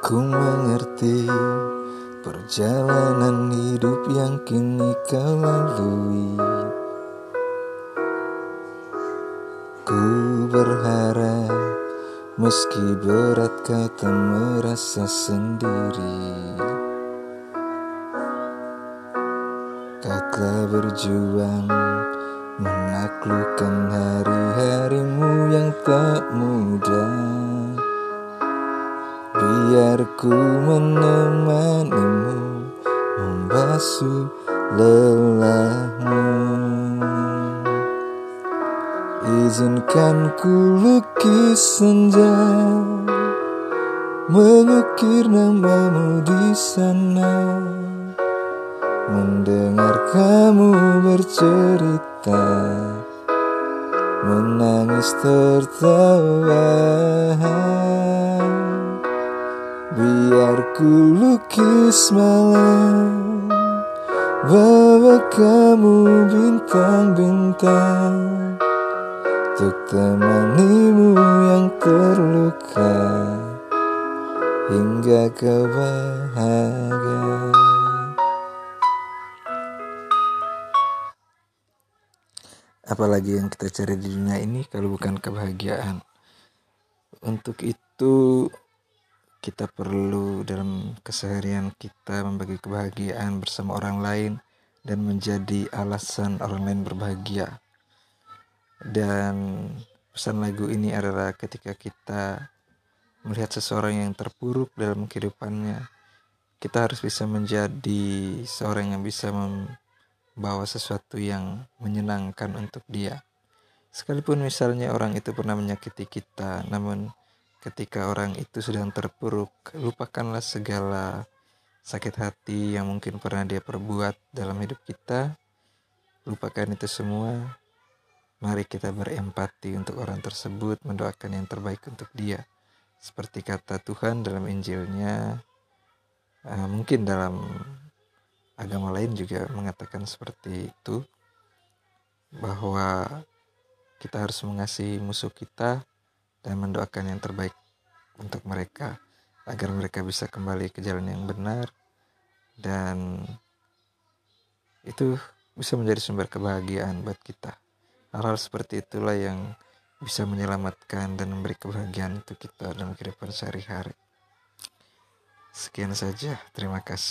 Ku mengerti perjalanan hidup yang kini kau lalui. Ku berharap meski berat kau tak merasa sendiri. Kau telah berjuang menaklukkan hari-harimu yang tak mudah. Biar ku menemanimu membasuh lelahmu. Izinkan ku lukis senja, mengukir namamu di sana, mendengar kamu bercerita, menangis tertawa. Biar ku lukis malam, bawa kamu bintang-bintang, untuk temanimu yang terluka hingga kau bahagia. Apalagi yang kita cari di dunia ini kalau bukan kebahagiaan. Untuk itu kita perlu dalam keseharian kita membagi kebahagiaan bersama orang lain dan menjadi alasan orang lain berbahagia. Dan pesan lagu ini adalah ketika kita melihat seseorang yang terpuruk dalam kehidupannya, kita harus bisa menjadi seorang yang bisa membawa sesuatu yang menyenangkan untuk dia. Sekalipun misalnya orang itu pernah menyakiti kita, namun ketika orang itu sedang terpuruk, lupakanlah segala sakit hati yang mungkin pernah dia perbuat dalam hidup kita. Lupakan itu semua. Mari kita berempati untuk orang tersebut, mendoakan yang terbaik untuk dia. Seperti kata Tuhan dalam Injilnya, mungkin dalam agama lain juga mengatakan seperti itu, bahwa kita harus mengasihi musuh kita dan mendoakan yang terbaik untuk mereka agar mereka bisa kembali ke jalan yang benar, dan itu bisa menjadi sumber kebahagiaan buat kita. Hal-hal seperti itulah yang bisa menyelamatkan dan memberi kebahagiaan untuk kita dalam kehidupan sehari-hari. Sekian saja, terima kasih.